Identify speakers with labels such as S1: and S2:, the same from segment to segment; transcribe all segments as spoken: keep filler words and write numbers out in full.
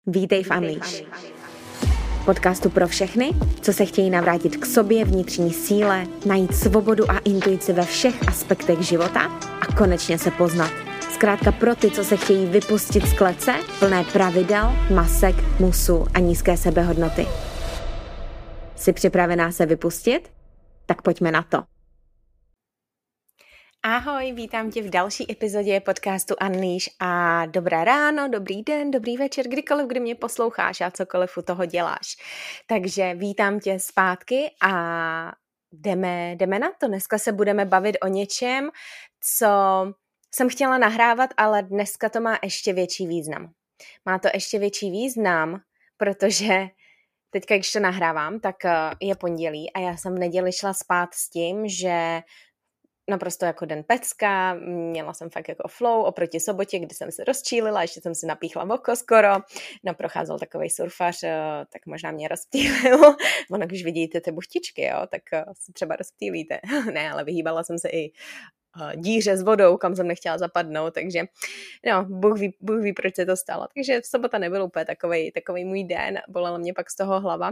S1: Vítej v Unleash. Podcastu pro všechny, co se chtějí navrátit k sobě, vnitřní síle, najít svobodu a intuici ve všech aspektech života a konečně se poznat. Zkrátka pro ty, co se chtějí vypustit z klece, plné pravidel, masek, musu a nízké sebehodnoty. Jsi připravená se vypustit? Tak pojďme na to. Ahoj, vítám tě v další epizodě podcastu Unleash a dobré ráno, dobrý den, dobrý večer, kdykoliv, kdy mě posloucháš a cokoliv u toho děláš. Takže vítám tě zpátky a jdeme, jdeme na to. Dneska se budeme bavit o něčem, co jsem chtěla nahrávat, ale dneska to má ještě větší význam. Má to ještě větší význam, protože teďka, když to nahrávám, tak je pondělí a já jsem v neděli šla spát s tím, že naprosto jako den pecka, měla jsem fakt jako flow oproti sobotě, kdy jsem se rozčílila, ještě jsem si napíchla oko skoro, no procházel takovej surfař, tak možná mě rozptýlil, ono když vidíte ty buchtičky, jo, tak se třeba rozptýlíte, ne, ale vyhýbala jsem se i díře s vodou, kam jsem nechtěla zapadnout, takže no, Bůh ví, Bůh ví, proč se to stalo, takže sobota nebyl úplně takovej, takovej můj den, bolela mě pak z toho hlava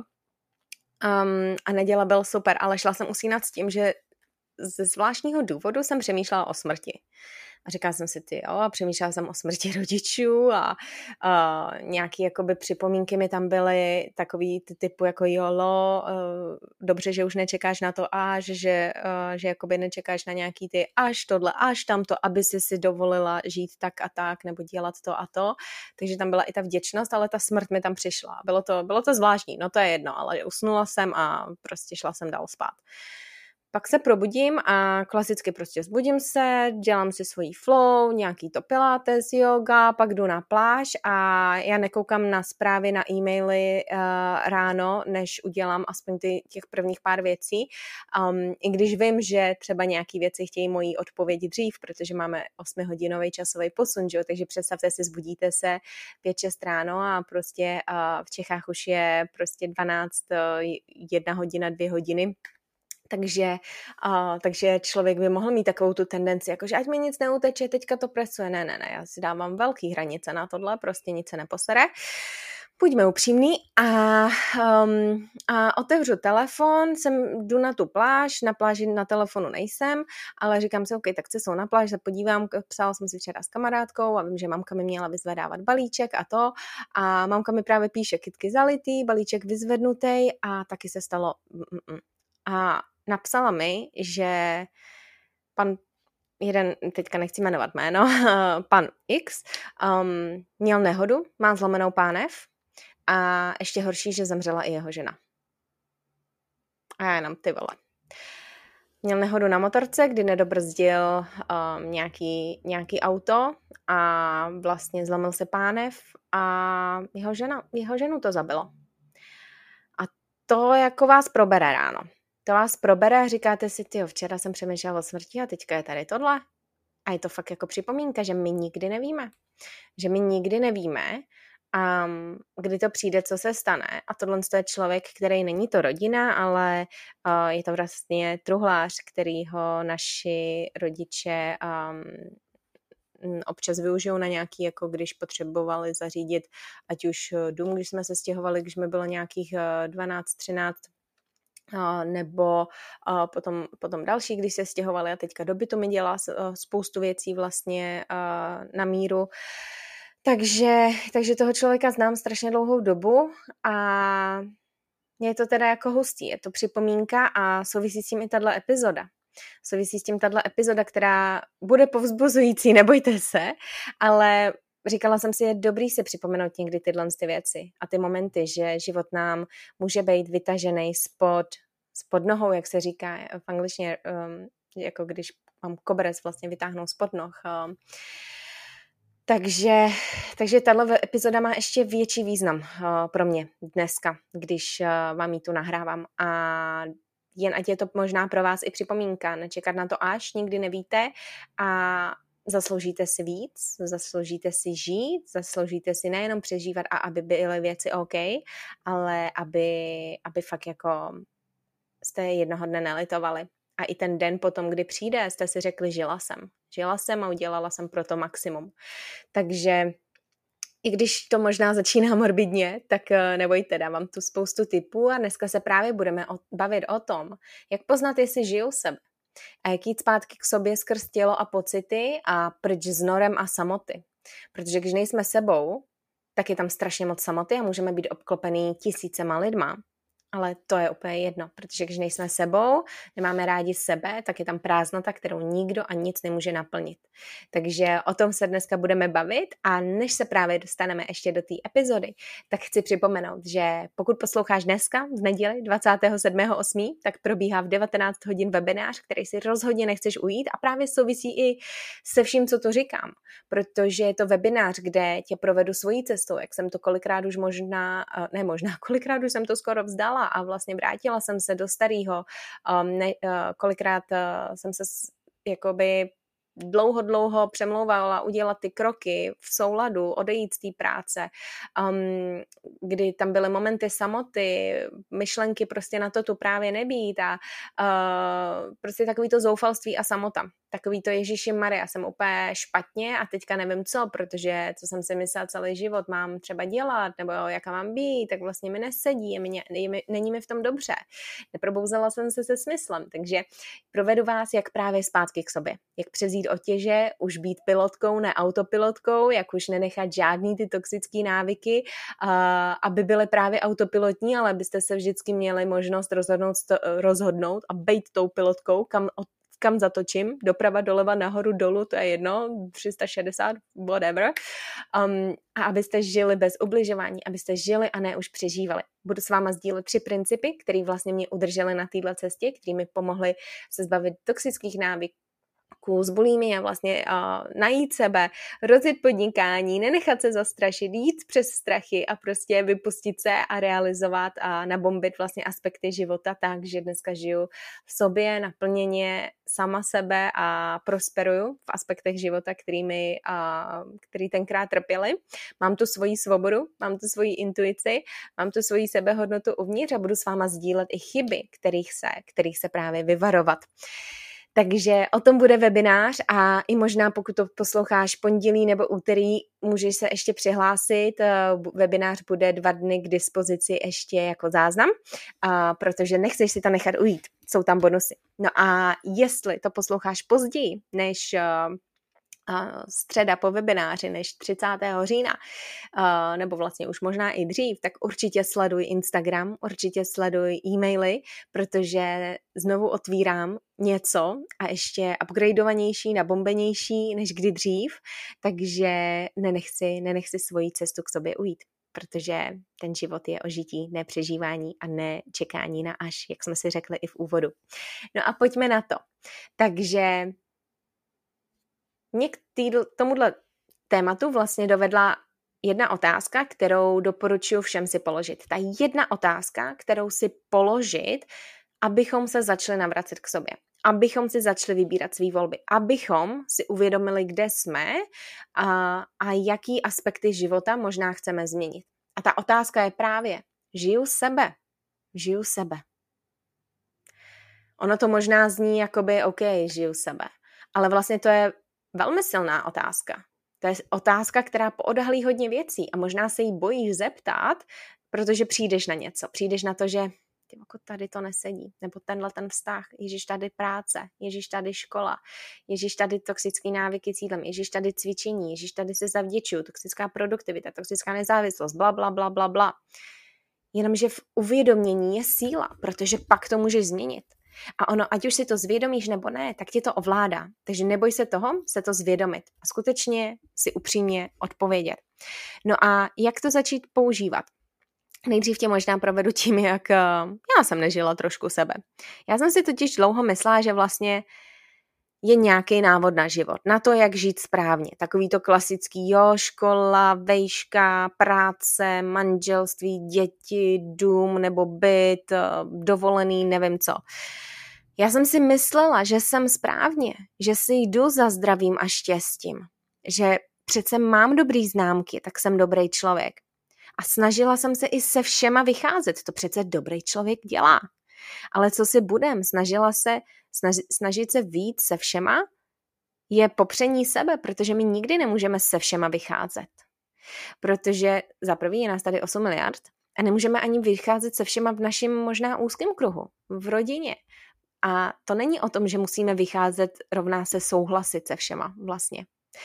S1: um, a neděla byl super, ale šla jsem usínat s tím, že ze zvláštního důvodu jsem přemýšlela o smrti. A říkala jsem si, ty jo, a přemýšlela jsem o smrti rodičů a, a nějaký jakoby připomínky mi tam byly takový ty typu jako jolo, dobře, že už nečekáš na to až, že, že jakoby nečekáš na nějaký ty až tohle, až tamto, aby si si dovolila žít tak a tak, nebo dělat to a to. Takže tam byla i ta vděčnost, ale ta smrt mi tam přišla. Bylo to, bylo to zvláštní, no to je jedno, ale usnula jsem a prostě šla jsem dál spát. Pak se probudím a klasicky prostě zbudím se, dělám si svojí flow, nějaký to pilates, yoga, pak jdu na pláž a já nekoukám na zprávy, na e-maily uh, ráno, než udělám aspoň ty, těch prvních pár věcí. Um, I když vím, že třeba nějaký věci chtějí moji odpověď dřív, protože máme osmihodinový časový posun, že? Takže představte si, zbudíte se pět šest ráno a prostě uh, v Čechách už je prostě dvanáct, jedna hodina, dvě hodiny. Takže, uh, takže člověk by mohl mít takovou tu tendenci, jakože ať mi nic neuteče, teďka to presuje. Ne, ne, ne, já si dávám velký hranice na tohle, prostě nic se neposere. Buďme upřímní a, um, a otevřu telefon, jsem, jdu na tu pláž, na pláži na telefonu nejsem, ale říkám si, OK, tak se jsou na pláž, se podívám, psala jsem si včera s kamarádkou a vím, že mamka mi měla vyzvedávat balíček a to a mamka mi právě píše kytky zalitý, balíček vyzvednutý a taky se stalo mm, a napsala mi, že pan jeden, teďka nechci jmenovat jméno, pan X, um, měl nehodu, má zlomenou pánev a ještě horší, že zemřela i jeho žena. A já jenom ty vole. Měl nehodu na motorce, kdy nedobrzdil um, nějaký, nějaký auto a vlastně zlomil se pánev a jeho, žena, jeho ženu to zabilo. A to jako vás probere ráno. To vás probere a říkáte si, tyjo, včera jsem přemýšlela o smrti a teďka je tady tohle. A je to fakt jako připomínka, že my nikdy nevíme. Že my nikdy nevíme, um, kdy to přijde, co se stane. A tohle je člověk, který není to rodina, ale uh, je to vlastně truhlář, kterýho naši rodiče um, občas využijou na nějaký, jako když potřebovali zařídit, ať už dům, když jsme se stěhovali, když mi bylo nějakých dvanáct třináct, Uh, nebo uh, potom, potom další, když se stěhovali a teďka do bytu mi dělá uh, spoustu věcí vlastně uh, na míru. Takže, takže toho člověka znám strašně dlouhou dobu a je to teda jako hustý, je to připomínka a souvisí s tím i tato epizoda. Souvisí s tím tato epizoda, která bude povzbuzující, nebojte se, ale říkala jsem si, je dobrý si připomenout někdy tyhle ty věci a ty momenty, že život nám může být vytažený spod, spod nohou, jak se říká v angličtině, um, jako když mám koberec vlastně vytáhnout spod noh. Um. Takže, takže tato epizoda má ještě větší význam uh, pro mě dneska, když uh, vám ji tu nahrávám a jen ať je to možná pro vás i připomínka, nečekat na to až, nikdy nevíte a zasloužíte si víc, zasloužíte si žít, zasloužíte si nejenom přežívat a aby byly věci OK, ale aby, aby fakt jako jste jednoho dne nelitovali. A i ten den potom, kdy přijde, jste si řekli, žila jsem. Žila jsem a udělala jsem pro to maximum. Takže I když to možná začíná morbidně, tak nebojte, dávám tu spoustu tipů a dneska se právě budeme bavit o tom, jak poznat, jestli žiju sebe a jak jít zpátky k sobě skrz tělo a pocity a pryč s norem a samoty. Protože když nejsme sebou, tak je tam strašně moc samoty a můžeme být obklopený tisícema lidma. Ale to je úplně jedno, protože když nejsme sebou, nemáme rádi sebe, tak je tam prázdnota, kterou nikdo a nic nemůže naplnit. Takže o tom se dneska budeme bavit a než se právě dostaneme ještě do té epizody, tak chci připomenout, že pokud posloucháš dneska v neděli dvacátého sedmého osmého tak probíhá v devatenáct hodin webinář, který si rozhodně nechceš ujít a právě souvisí i se vším, co tu říkám, protože je to webinář, kde tě provedu svojí cestou, jak jsem to kolikrát už možná, ne možná, kolikrát už jsem to skoro vzdala a vlastně vrátila jsem se do starého, um, ne, uh, kolikrát uh, jsem se s, jakoby dlouho, dlouho přemlouvala udělat ty kroky v souladu, odejít z té práce, um, kdy tam byly momenty samoty, myšlenky prostě na to tu právě nebýt a uh, prostě takový to zoufalství a samota. Takový to Ježíši Maria, jsem úplně špatně a teďka nevím co, protože co jsem si myslela celý život mám třeba dělat, nebo jaká mám být, tak vlastně mi nesedí, je mi, je mi, není mi v tom dobře. Neprobouzela jsem se se smyslem, takže provedu vás jak právě zpátky k sobě, jak převzít otěže, už být pilotkou, ne autopilotkou, jak už nenechat žádný ty toxické návyky, uh, aby byly právě autopilotní, ale byste se vždycky měli možnost rozhodnout, rozhodnout a být tou pilotkou, kam od kam zatočím, doprava, doleva, nahoru, dolů, to je jedno, tři sta šedesát, whatever. Um, a abyste žili bez ubližování, abyste žili a ne už přežívali. Budu s váma sdílet tři principy, které vlastně mě udržely na této cestě, které mi pomohly se zbavit toxických návyků, s bulimii a vlastně uh, najít sebe, rozjet podnikání, nenechat se zastrašit, jít přes strachy a prostě vypustit se a realizovat a nabombit vlastně aspekty života tak, že dneska žiju v sobě naplněně sama sebe a prosperuju v aspektech života, kterými, uh, který tenkrát trpěli. Mám tu svoji svobodu, mám tu svoji intuici, mám tu svoji sebehodnotu uvnitř a budu s váma sdílet i chyby, kterých se, kterých se právě vyvarovat. Takže o tom bude webinář a i možná pokud to posloucháš pondělí nebo úterý, můžeš se ještě přihlásit. Webinář bude dva dny k dispozici ještě jako záznam, protože nechceš si to nechat ujít. Jsou tam bonusy. No a jestli to posloucháš později než středa po webináři než třicátého října, uh, nebo vlastně už možná i dřív, tak určitě sleduj Instagram, určitě sleduj e-maily, protože znovu otvírám něco a ještě upgradeovanější, nabombenější než kdy dřív, takže nenech si, nenech si svoji cestu k sobě ujít, protože ten život je o žití, ne přežívání a ne čekání na až, jak jsme si řekli i v úvodu. No a pojďme na to. Takže mě k tomuhle tématu vlastně dovedla jedna otázka, kterou doporučuji všem si položit. Ta jedna otázka, kterou si položit, abychom se začali navracet k sobě. Abychom si začali vybírat svý volby. Abychom si uvědomili, kde jsme a, a jaký aspekty života možná chceme změnit. A ta otázka je právě, žiju sebe? Žiju sebe. Ono to možná zní jakoby, OK, žiju sebe. Ale vlastně to je velmi silná otázka. To je otázka, která poodhalí hodně věcí a možná se jí bojíš zeptat, protože přijdeš na něco. Přijdeš na to, že ty, jako tady to nesedí, nebo tenhle ten vztah, ježiš tady práce, ježiš tady škola, ježiš tady toxický návyky cílem, ježiš tady cvičení, ježiš tady se zavděčuju, toxická produktivita, toxická nezávislost, bla, bla, bla, bla, bla. Jenomže v uvědomění je síla, protože pak to můžeš změnit. A ono, ať už si to zvědomíš nebo ne, tak tě to ovládá. Takže neboj se toho, se to zvědomit. A skutečně si upřímně odpovědět. No a jak to začít používat? Nejdřív tě možná provedu tím, jak já jsem nežila trošku sebe. Já jsem si totiž dlouho myslela, že vlastně je nějaký návod na život, na to, jak žít správně. Takový to klasický, jo, škola, vejška, práce, manželství, děti, dům nebo byt, dovolený, nevím co. Já jsem si myslela, že jsem správně, že si jdu za zdravím a štěstím, že přece mám dobrý známky, tak jsem dobrý člověk. A snažila jsem se i se všema vycházet, to přece dobrý člověk dělá. Ale co si budem, snažila se, snaži, snažit se víc se všema, je popření sebe, protože my nikdy nemůžeme se všema vycházet. Protože za prvý je nás tady osm miliard a nemůžeme ani vycházet se všema v našem možná úzkém kruhu, v rodině. A to není o tom, že musíme vycházet rovná se souhlasit se všema vlastně.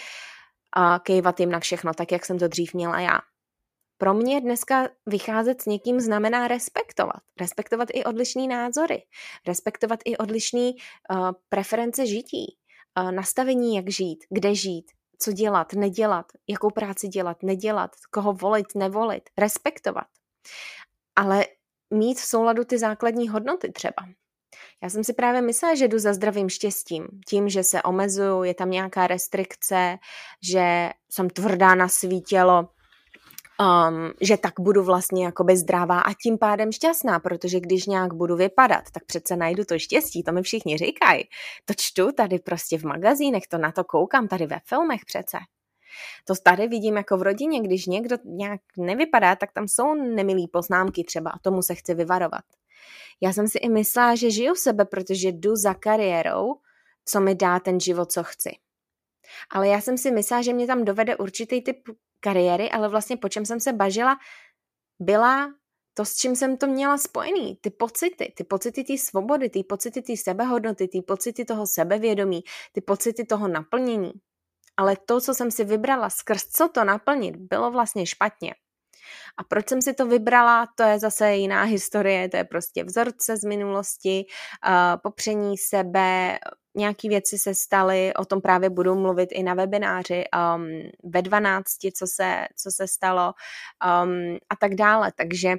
S1: A kejvat jim na všechno, tak jak jsem to dřív měla já. Pro mě dneska vycházet s někým znamená respektovat. Respektovat i odlišný názory. Respektovat i odlišný uh, preference žití. Uh, nastavení, jak žít, kde žít, co dělat, nedělat, jakou práci dělat, nedělat, koho volit, nevolit. Respektovat. Ale mít v souladu ty základní hodnoty třeba. Já jsem si právě myslela, že jdu za zdravým štěstím. Tím, že se omezuju, je tam nějaká restrikce, že jsem tvrdá na svý tělo, um, že tak budu vlastně jakoby zdravá a tím pádem šťastná, protože když nějak budu vypadat, tak přece najdu to štěstí, to mi všichni říkají. To čtu tady prostě v magazínech, to na to koukám tady ve filmech přece. To tady vidím jako v rodině, když někdo nějak nevypadá, tak tam jsou nemilý poznámky třeba a tomu se chci vyvarovat. Já jsem si i myslela, že žiju sebe, protože jdu za kariérou, co mi dá ten život, co chci. Ale já jsem si myslela, že mě tam dovede určitý typ kariéry, ale vlastně po čem jsem se bažila, byla to, s čím jsem to měla spojený. Ty pocity, ty pocity té svobody, ty pocity té sebehodnoty, ty pocity toho sebevědomí, ty pocity toho naplnění. Ale to, co jsem si vybrala skrz co to naplnit, bylo vlastně špatně. A proč jsem si to vybrala, to je zase jiná historie, to je prostě vzorce z minulosti, uh, popření sebe, nějaký věci se staly, o tom právě budu mluvit i na webináři um, ve dvanácti, co se, co se stalo um, a tak dále. Takže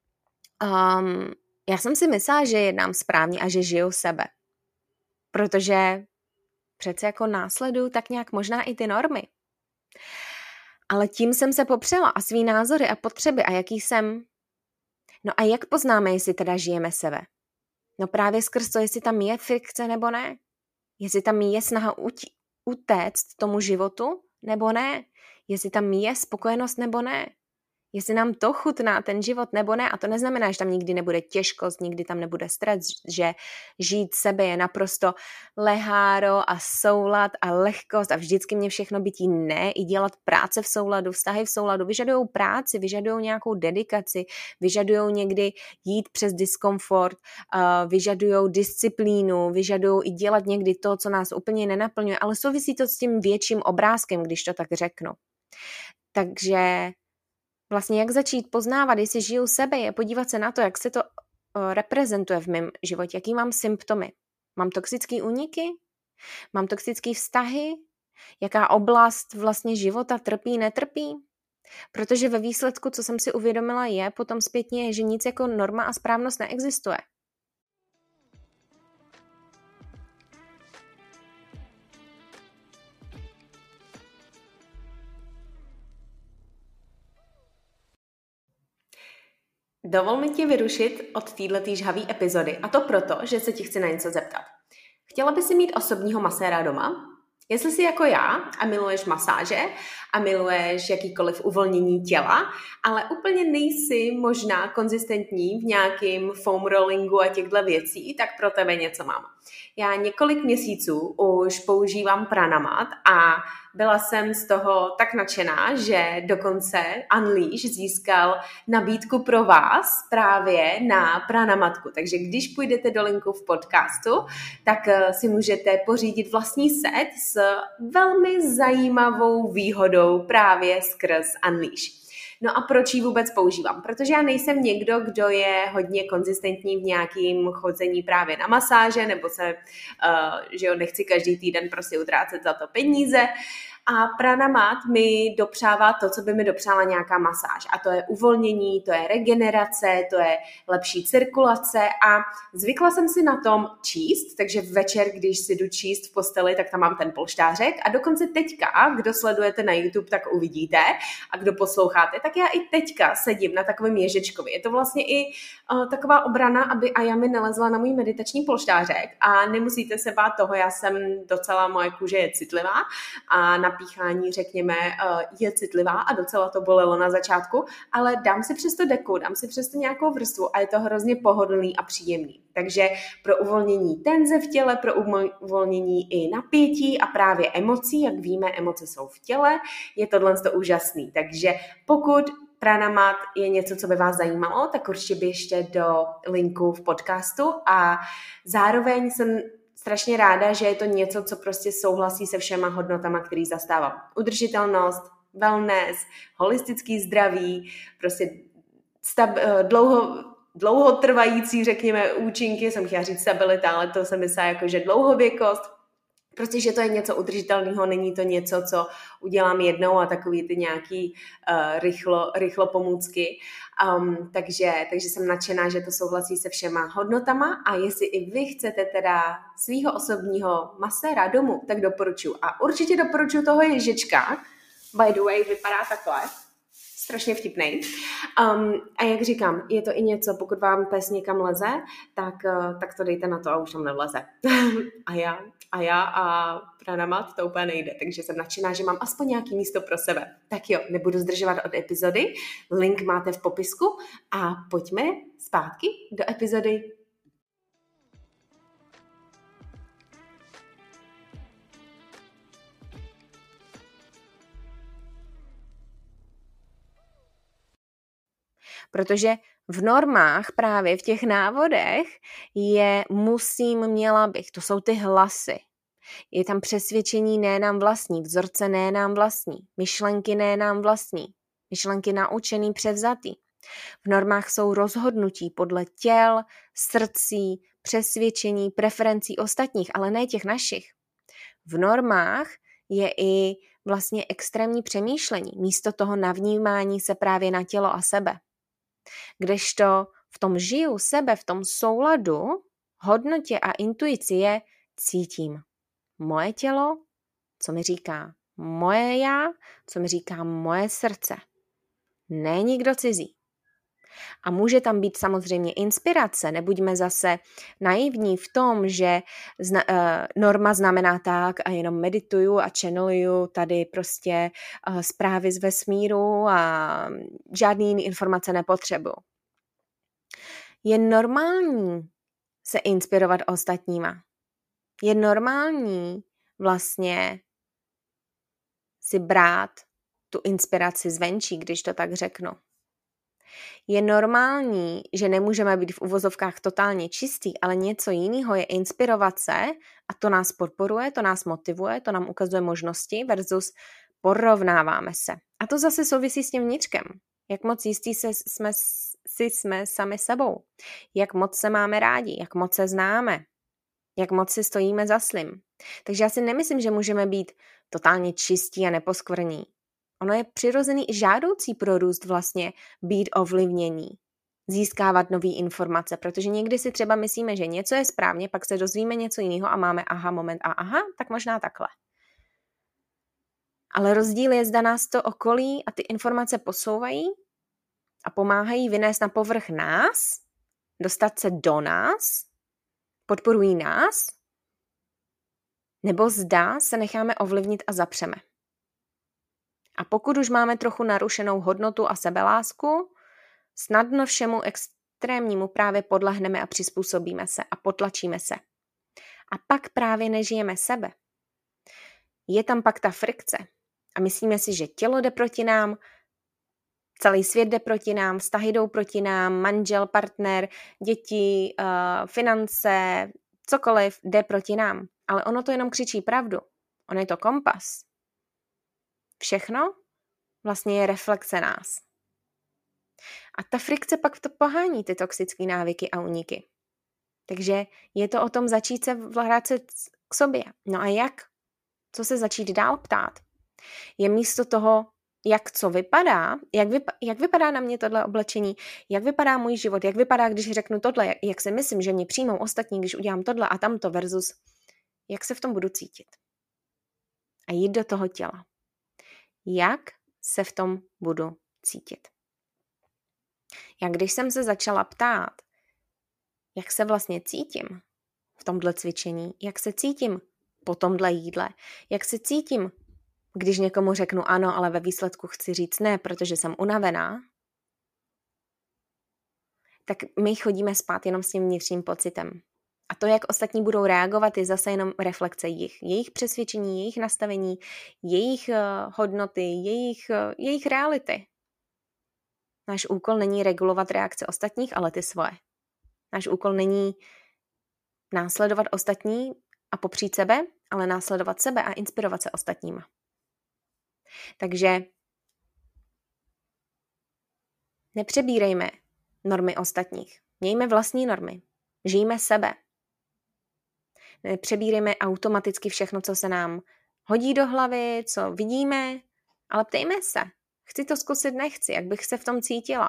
S1: um, já jsem si myslela, že jednám správně a že žiju sebe. Protože přece jako následuju tak nějak možná i ty normy. Ale tím jsem se popřela a svý názory a potřeby a jaký jsem. No a jak poznáme, jestli teda žijeme sebe? No právě skrz to, jestli tam je fikce nebo ne. Jestli tam je snaha utí, utéct tomu životu nebo ne. Jestli tam je spokojenost nebo ne. Jestli nám to chutná, ten život nebo ne. A to neznamená, že tam nikdy nebude těžkost, nikdy tam nebude stres, že žít sebe je naprosto leháro a soulad a lehkost a vždycky mě všechno bytí ne. I dělat práce v souladu, vztahy v souladu. Vyžadujou práci, vyžadujou nějakou dedikaci, vyžadujou někdy jít přes diskomfort, uh, vyžadujou disciplínu, vyžadujou i dělat někdy to, co nás úplně nenaplňuje, ale souvisí to s tím větším obrázkem, když to tak řeknu. Takže vlastně jak začít poznávat, jestli žiju sebe, je podívat se na to, jak se to uh, reprezentuje v mém životě, jaký mám symptomy. Mám toxické úniky? Mám toxické vztahy? Jaká oblast vlastně života trpí, netrpí? Protože ve výsledku, co jsem si uvědomila, je potom zpětně, že nic jako norma a správnost neexistuje. Dovol mi tě vyrušit od této žhavé epizody, a to proto, že se ti chci na něco zeptat. Chtěla by si mít osobního maséra doma? Jestli jsi jako já a miluješ masáže a miluješ jakýkoliv uvolnění těla, ale úplně nejsi možná konzistentní v nějakým foam rollingu a těchto věcí, tak pro tebe něco mám. Já několik měsíců už používám Pranamat a byla jsem z toho tak nadšená, že dokonce Unleash získal nabídku pro vás právě na Pranamatku. Takže když půjdete do linku v podcastu, tak si můžete pořídit vlastní set s velmi zajímavou výhodou právě skrz Unleash. No a proč ji vůbec používám? Protože já nejsem někdo, kdo je hodně konzistentní v nějakým chodzení právě na masáže, nebo se, uh, že jo, nechci každý týden prostě utrácet za to peníze. A Pranamat mi dopřává to, co by mi dopřála nějaká masáž. A to je uvolnění, to je regenerace, to je lepší cirkulace a zvykla jsem si na tom číst, takže večer, když si jdu číst v posteli, tak tam mám ten polštářek a dokonce teďka, kdo sledujete na YouTube, tak uvidíte a kdo posloucháte, tak já i teďka sedím na takovém ježečkovi. Je to vlastně i uh, taková obrana, aby Ayami nelezla na můj meditační polštářek a nemusíte se bát toho, já jsem docela, moje kůže je citlivá a na píchání, řekněme, je citlivá a docela to bolelo na začátku, ale dám si přesto deku, dám si přesto nějakou vrstvu a je to hrozně pohodlný a příjemný. Takže pro uvolnění tenze v těle, pro uvolnění i napětí a právě emocí, jak víme, emoce jsou v těle, je tohle úžasný. Takže pokud Pranamat je něco, co by vás zajímalo, tak určitě běžte do linku v podcastu a zároveň jsem strašně ráda, že je to něco, co prostě souhlasí se všema hodnotama, který zastávám. Udržitelnost, wellness, holistický zdraví, prostě stab- dlouho, dlouhotrvající, řekněme, účinky, jsem chtěla říct stabilita, ale to se myslí jako, že dlouhověkost, prostě, že to je něco udržitelného, není to něco, co udělám jednou a takový ty nějaký uh, rychlo, rychlo pomůcky. Um, takže, takže jsem nadšená, že to souhlasí se všema hodnotama a jestli i vy chcete teda svýho osobního maséra domů, tak doporučuji. A určitě doporučuji toho ježička. By the way, vypadá takhle. Strašně vtipnej. Um, a jak říkám, je to i něco, pokud vám pes někam leze, tak, uh, tak to dejte na to a už tam nevleze. a já a já a Pranamat to úplně nejde, takže jsem nadšená, že mám aspoň nějaký místo pro sebe. Tak jo, nebudu zdržovat od epizody, link máte v popisku a pojďme zpátky do epizody. Protože v normách právě v těch návodech je musím, měla bych, to jsou ty hlasy. Je tam přesvědčení ne nám vlastní, vzorce ne nám vlastní, myšlenky ne nám vlastní, myšlenky naučený, převzatý. V normách jsou rozhodnutí podle těl, srdcí, přesvědčení, preferencí ostatních, ale ne těch našich. V normách je i vlastně extrémní přemýšlení, místo toho navnímání se právě na tělo a sebe. Kdežto v tom žiju sebe, v tom souladu, hodnotě a intuici je cítím moje tělo, co mi říká moje já, co mi říká moje srdce. Ne nikdo cizí. A může tam být samozřejmě inspirace, nebuďme zase naivní v tom, že zna, uh, norma znamená tak a jenom medituju a channeluju tady prostě uh, zprávy z vesmíru a žádný jiný informace nepotřebuju. Je normální se inspirovat ostatníma. Je normální vlastně si brát tu inspiraci zvenčí, když to tak řeknu. Je normální, že nemůžeme být v uvozovkách totálně čistý, ale něco jiného je inspirovat se a to nás podporuje, to nás motivuje, to nám ukazuje možnosti versus porovnáváme se. A to zase souvisí s tím vnitřkem. Jak moc jistý se jsme, si jsme sami sebou. Jak moc se máme rádi, jak moc se známe. Jak moc si stojíme za svým. Takže já si nemyslím, že můžeme být totálně čistí a neposkvrní. Ono je přirozený i žádoucí pro růst vlastně být ovlivnění, získávat nové informace, protože někdy si třeba myslíme, že něco je správně, pak se dozvíme něco jiného a máme aha moment a aha, tak možná takhle. Ale rozdíl je, zda nás to okolí a ty informace posouvají a pomáhají vynést na povrch nás, dostat se do nás, podporují nás, nebo zda se necháme ovlivnit a zapřeme. A pokud už máme trochu narušenou hodnotu a sebelásku, snadno všemu extrémnímu právě podlehneme a přizpůsobíme se a potlačíme se. A pak právě nežijeme sebe. Je tam pak ta frikce a myslíme si, že tělo jde proti nám, celý svět jde proti nám, vztahy jdou proti nám, manžel, partner, děti, uh, finance, cokoliv jde proti nám. Ale ono to jenom křičí pravdu. Ono je to kompas. Všechno vlastně je reflexe nás. A ta frikce pak to pohání ty toxické návyky a úniky. Takže je to o tom začít se vrátit k sobě. No a jak? Co se začít dál ptát? Je místo toho, jak co vypadá, jak, vypa- jak vypadá na mě tohle oblečení, jak vypadá můj život, jak vypadá, když řeknu tohle, jak, jak si myslím, že mě přijmou ostatní, když udělám tohle a tamto versus jak se v tom budu cítit. A jít do toho těla. Jak se v tom budu cítit. Jak když jsem se začala ptát, jak se vlastně cítím v tomhle cvičení, jak se cítím po tomhle jídle, jak se cítím když někomu řeknu ano, ale ve výsledku chci říct ne, protože jsem unavená, tak my chodíme spát jenom s tím vnitřním pocitem. A to, jak ostatní budou reagovat, je zase jenom reflexe jejich. Jejich přesvědčení, jejich nastavení, jejich uh, hodnoty, jejich, uh, jejich reality. Náš úkol není regulovat reakce ostatních, ale ty svoje. Náš úkol není následovat ostatní a popřít sebe, ale následovat sebe a inspirovat se ostatníma. Takže nepřebírejme normy ostatních. Mějme vlastní normy. Žijme sebe. Nepřebírejme automaticky všechno, co se nám hodí do hlavy, co vidíme, ale ptejme se. Chci to zkusit, nechci, jak bych se v tom cítila.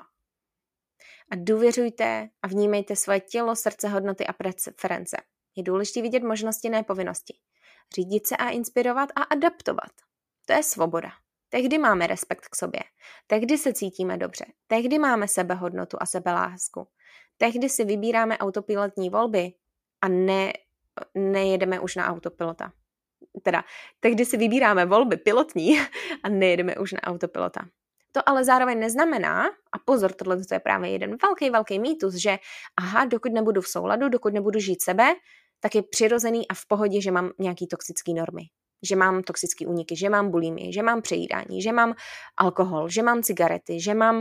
S1: A důvěřujte a vnímejte svoje tělo, srdce, hodnoty a preference. Je důležité vidět možnosti, ne povinnosti. Řídit se a inspirovat a adaptovat. To je svoboda. Tehdy máme respekt k sobě. Tehdy se cítíme dobře. Tehdy máme sebehodnotu a sebelásku. Tehdy si vybíráme autopilotní volby a ne, nejedeme už na autopilota. Teda, tehdy si vybíráme volby pilotní a nejedeme už na autopilota. To ale zároveň neznamená, a pozor, tohle je právě jeden velký, velký mýtus, že aha, dokud nebudu v souladu, dokud nebudu žít sebe, tak je přirozený a v pohodě, že mám nějaký toxický normy. Že mám toxické úniky, že mám bulimii, že mám přejídání, že mám alkohol, že mám cigarety, že mám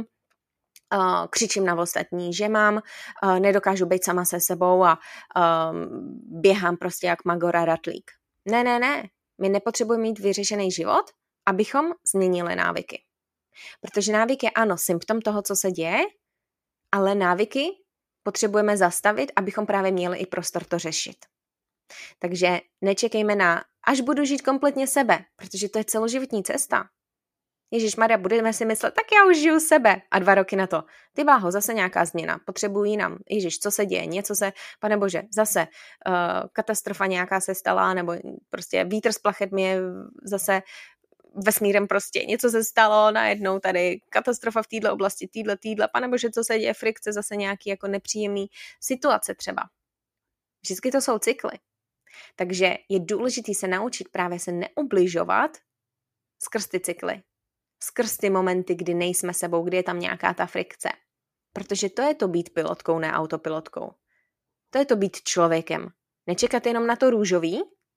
S1: uh, křičím na ostatní, že mám, uh, nedokážu být sama se sebou a um, běhám prostě jak Magora Ratlík. Ne, ne, ne. My nepotřebujeme mít vyřešený život, abychom změnili návyky. Protože návyk je ano, symptom toho, co se děje, ale návyky potřebujeme zastavit, abychom právě měli i prostor to řešit. Takže nečekejme na, až budu žít kompletně sebe, protože to je celoživotní cesta. Ježišmarja, budeme si myslet, tak já už žiju sebe a dva roky na to. Ty bláho, zase nějaká změna, potřebuji jinam. Ježiš, co se děje? Něco se, pane bože, zase uh, katastrofa nějaká se stala, nebo prostě vítr z plachet mi je zase vesmírem prostě. Něco se stalo najednou tady, katastrofa v této oblasti, týhle, týhle, pane bože, co se děje, frikce, zase nějaký jako nepříjemný situace třeba. Vždycky to jsou cykly. Takže je důležité se naučit právě se neubližovat skrz ty cykly. Skrz ty momenty, kdy nejsme sebou, kdy je tam nějaká ta frikce. Protože to je to být pilotkou, ne autopilotkou. To je to být člověkem. Nečekat jenom na to růžový,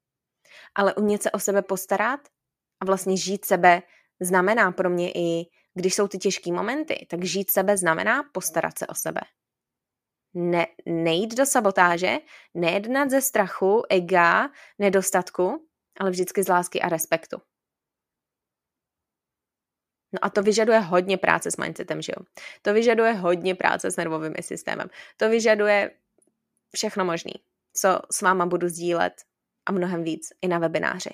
S1: ale umět se o sebe postarat a vlastně žít sebe znamená pro mě i, když jsou ty těžké momenty, tak žít sebe znamená postarat se o sebe. Ne, nejít do sabotáže, nejednat ze strachu, ega, nedostatku, ale vždycky z lásky a respektu. No a to vyžaduje hodně práce s mindsetem, že jo? To vyžaduje hodně práce s nervovým systémem. To vyžaduje všechno možný, co s váma budu sdílet a mnohem víc i na webináři.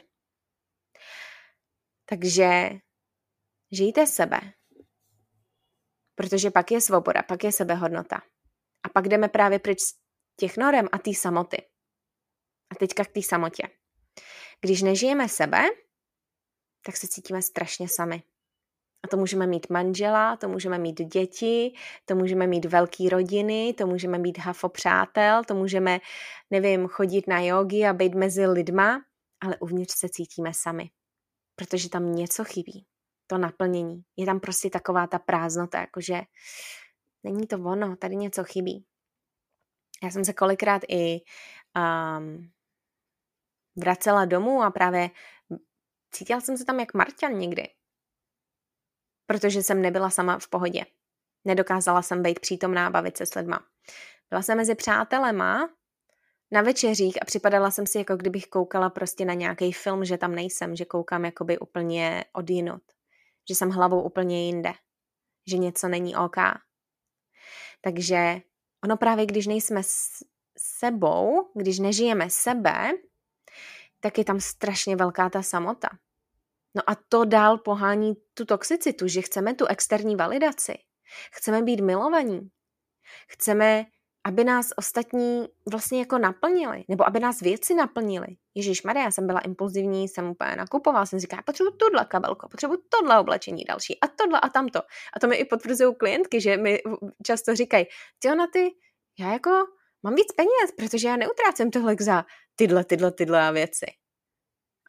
S1: Takže žijte sebe, protože pak je svoboda, pak je sebehodnota. A pak jdeme právě pryč z těch norem a té samoty. A teďka k té samotě. Když nežijeme sebe, tak se cítíme strašně sami. A to můžeme mít manžela, to můžeme mít děti, to můžeme mít velký rodiny, to můžeme mít hafo přátel, to můžeme, nevím, chodit na jogi a být mezi lidma, ale uvnitř se cítíme sami. Protože tam něco chybí. To naplnění. Je tam prostě taková ta prázdnota, jakože není to ono, tady něco chybí. Já jsem se kolikrát i um, vracela domů a právě cítila jsem se tam jak Marťan někdy. Protože jsem nebyla sama v pohodě. Nedokázala jsem být přítomná a bavit se s lidma. Byla jsem mezi přátelema na večeřích a připadala jsem si, jako kdybych koukala prostě na nějaký film, že tam nejsem, že koukám jakoby úplně odjinut. Že jsem hlavou úplně jinde. Že něco není OK. Takže ono právě, když nejsme s sebou, když nežijeme sebe, tak je tam strašně velká ta samota. No a to dál pohání tu toxicitu, že chceme tu externí validaci. Chceme být milovaní. Chceme, aby nás ostatní vlastně jako naplnili, nebo aby nás věci naplnili. Ježišmarja, já jsem byla impulzivní, jsem úplně nakupovala, jsem říkala, potřebuji tohle kabelko, potřebuji tohle oblečení další a tohle a tamto. A to mi i potvrzují klientky, že mi často říkají, ty ona ty, já jako mám víc peněz, protože já neutrácím tohle za tyhle, tyhle, tyhle věci.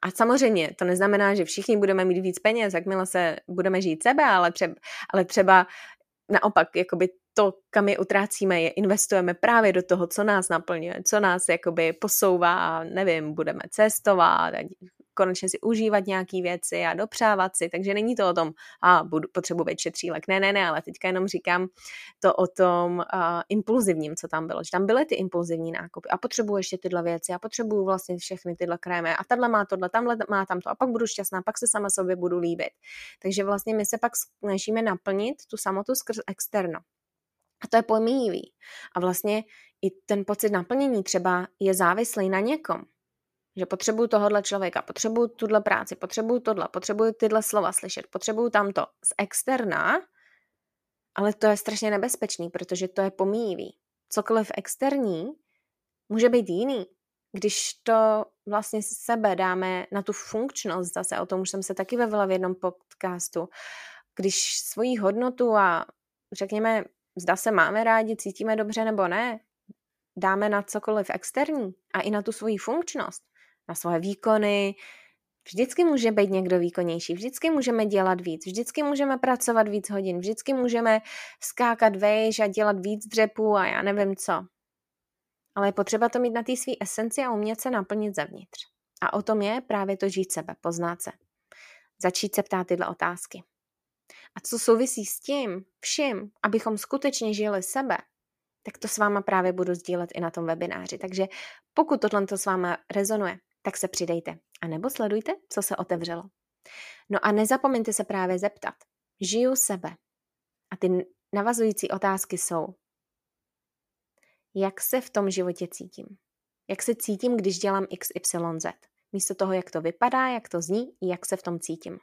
S1: A samozřejmě to neznamená, že všichni budeme mít víc peněz, jakmile se budeme žít sebe, ale třeba, ale třeba naopak, jakoby to, kam je utrácíme, je investujeme právě do toho, co nás naplňuje, co nás jakoby posouvá, nevím, budeme cestovat, konečně si užívat nějaký věci a dopřávat si, takže není to o tom, a budu, potřebuji být šetřílek, ne, ne, ne, ale teďka jenom říkám to o tom uh, impulzivním, co tam bylo, že tam byly ty impulzivní nákupy a potřebuji ještě tyhle věci a potřebuji vlastně všechny tyhle krémy a tahle má tohle, tamhle má tamto a pak budu šťastná, pak se sama sobě budu líbit. Takže vlastně my se pak snažíme naplnit tu samotu skrz externo. A to je pomíjivý. A vlastně i ten pocit naplnění třeba je závislý na někom. Že potřebuju tohohle člověka, potřebuju tuhle práci, potřebuju tohle, potřebuju tyhle slova slyšet, potřebuju tamto z externa, ale to je strašně nebezpečný, protože to je pomíjivý. Cokoliv externí může být jiný. Když to vlastně sebe dáme na tu funkčnost, zase o tom už jsem se taky bavila v jednom podcastu, když svoji hodnotu a řekněme, zda se máme rádi, cítíme dobře nebo ne, dáme na cokoliv externí a i na tu svoji funkčnost, na svoje výkony. Vždycky může být někdo výkonnější, vždycky můžeme dělat víc, vždycky můžeme pracovat víc hodin, vždycky můžeme skákat vejš a dělat víc dřepů a já nevím co. Ale je potřeba to mít na té své esenci a umět se naplnit zevnitř. A o tom je právě to žít sebe, poznat se. Začít se ptát tyhle otázky. A co souvisí s tím vším, abychom skutečně žili sebe, tak to s váma právě budu sdílet i na tom webináři. Takže pokud tohle s váma rezonuje, tak se přidejte. A nebo sledujte, co se otevřelo. No a nezapomeňte se právě zeptat. Žiju sebe. A ty navazující otázky jsou, jak se v tom životě cítím? Jak se cítím, když dělám X Y Z? Místo toho, jak to vypadá, jak to zní, jak se v tom cítím.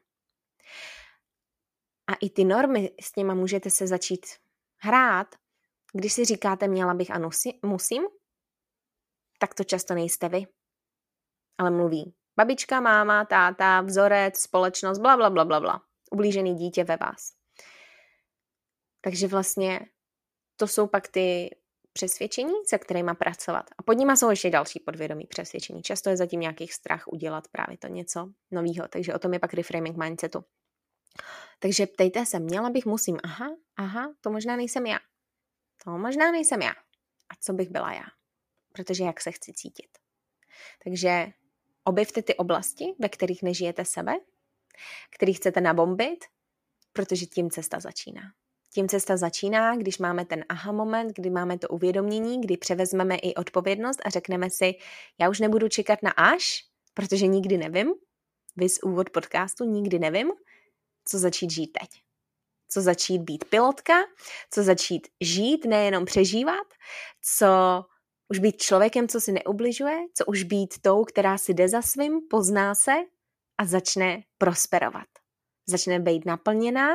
S1: A i ty normy, s nimi můžete se začít hrát, když si říkáte, měla bych a musím, tak to často nejste vy. Ale mluví babička, máma, táta, vzorec, společnost, bla, bla, bla, bla, bla. Ublížený dítě ve vás. Takže vlastně to jsou pak ty přesvědčení, se kterými pracovat. A pod nimi jsou ještě další podvědomí přesvědčení. Často je zatím nějaký strach udělat právě to něco nového. Takže o tom je pak reframing mindsetu. Takže ptejte se, měla bych, musím, aha, aha, to možná nejsem já. To možná nejsem já. A co bych byla já? Protože jak se chci cítit. Takže objevte ty oblasti, ve kterých nežijete sebe, který chcete nabombit, protože tím cesta začíná. Tím cesta začíná, když máme ten aha moment, kdy máme to uvědomění, kdy převezmeme i odpovědnost a řekneme si, já už nebudu čekat na až, protože nikdy nevím, vys úvod podcastu, nikdy nevím, co začít žít teď. Co začít být pilotka, co začít žít, nejenom přežívat, co už být člověkem, co si neubližuje, co už být tou, která si jde za svým, pozná se a začne prosperovat. Začne být naplněná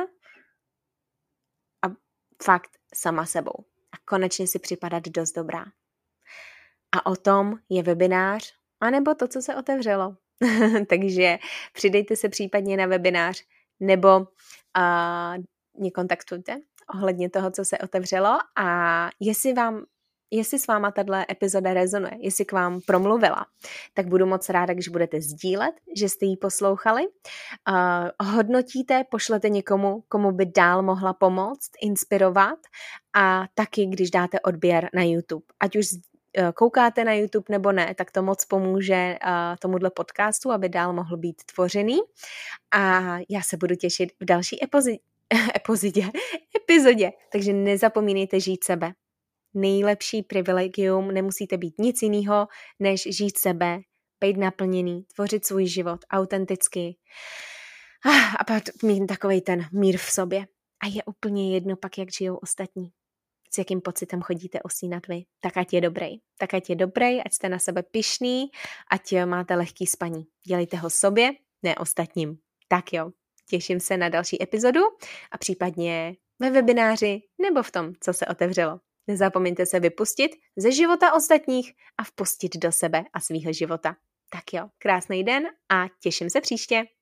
S1: a fakt sama sebou. A konečně si připadat dost dobrá. A o tom je webinář, anebo to, co se otevřelo. Takže přidejte se případně na webinář, nebo uh, mě kontaktujte ohledně toho, co se otevřelo a jestli vám Jestli s váma tato epizoda rezonuje, jestli k vám promluvila, tak budu moc ráda, když budete sdílet, že jste ji poslouchali. Uh, hodnotíte, pošlete někomu, komu by dál mohla pomoct, inspirovat a taky, když dáte odběr na YouTube. Ať už uh, koukáte na YouTube nebo ne, tak to moc pomůže uh, tomuhle podcastu, aby dál mohl být tvořený. A já se budu těšit v další epozidě, epozidě, epizodě. Takže nezapomínejte žít sebe. Nejlepší privilegium, nemusíte být nic jiného, než žít sebe, být naplněný, tvořit svůj život autenticky a pak mít takovej ten mír v sobě. A je úplně jedno pak, jak žijou ostatní. S jakým pocitem chodíte osínat vy. Tak ať je dobrý. Tak ať je dobrý, ať jste na sebe pyšný, ať máte lehký spaní. Dělejte ho sobě, ne ostatním. Tak jo, těším se na další epizodu a případně ve webináři nebo v tom, co se otevřelo. Nezapomeňte se vypustit ze života ostatních a vpustit do sebe a svýho života. Tak jo, krásný den a těším se příště.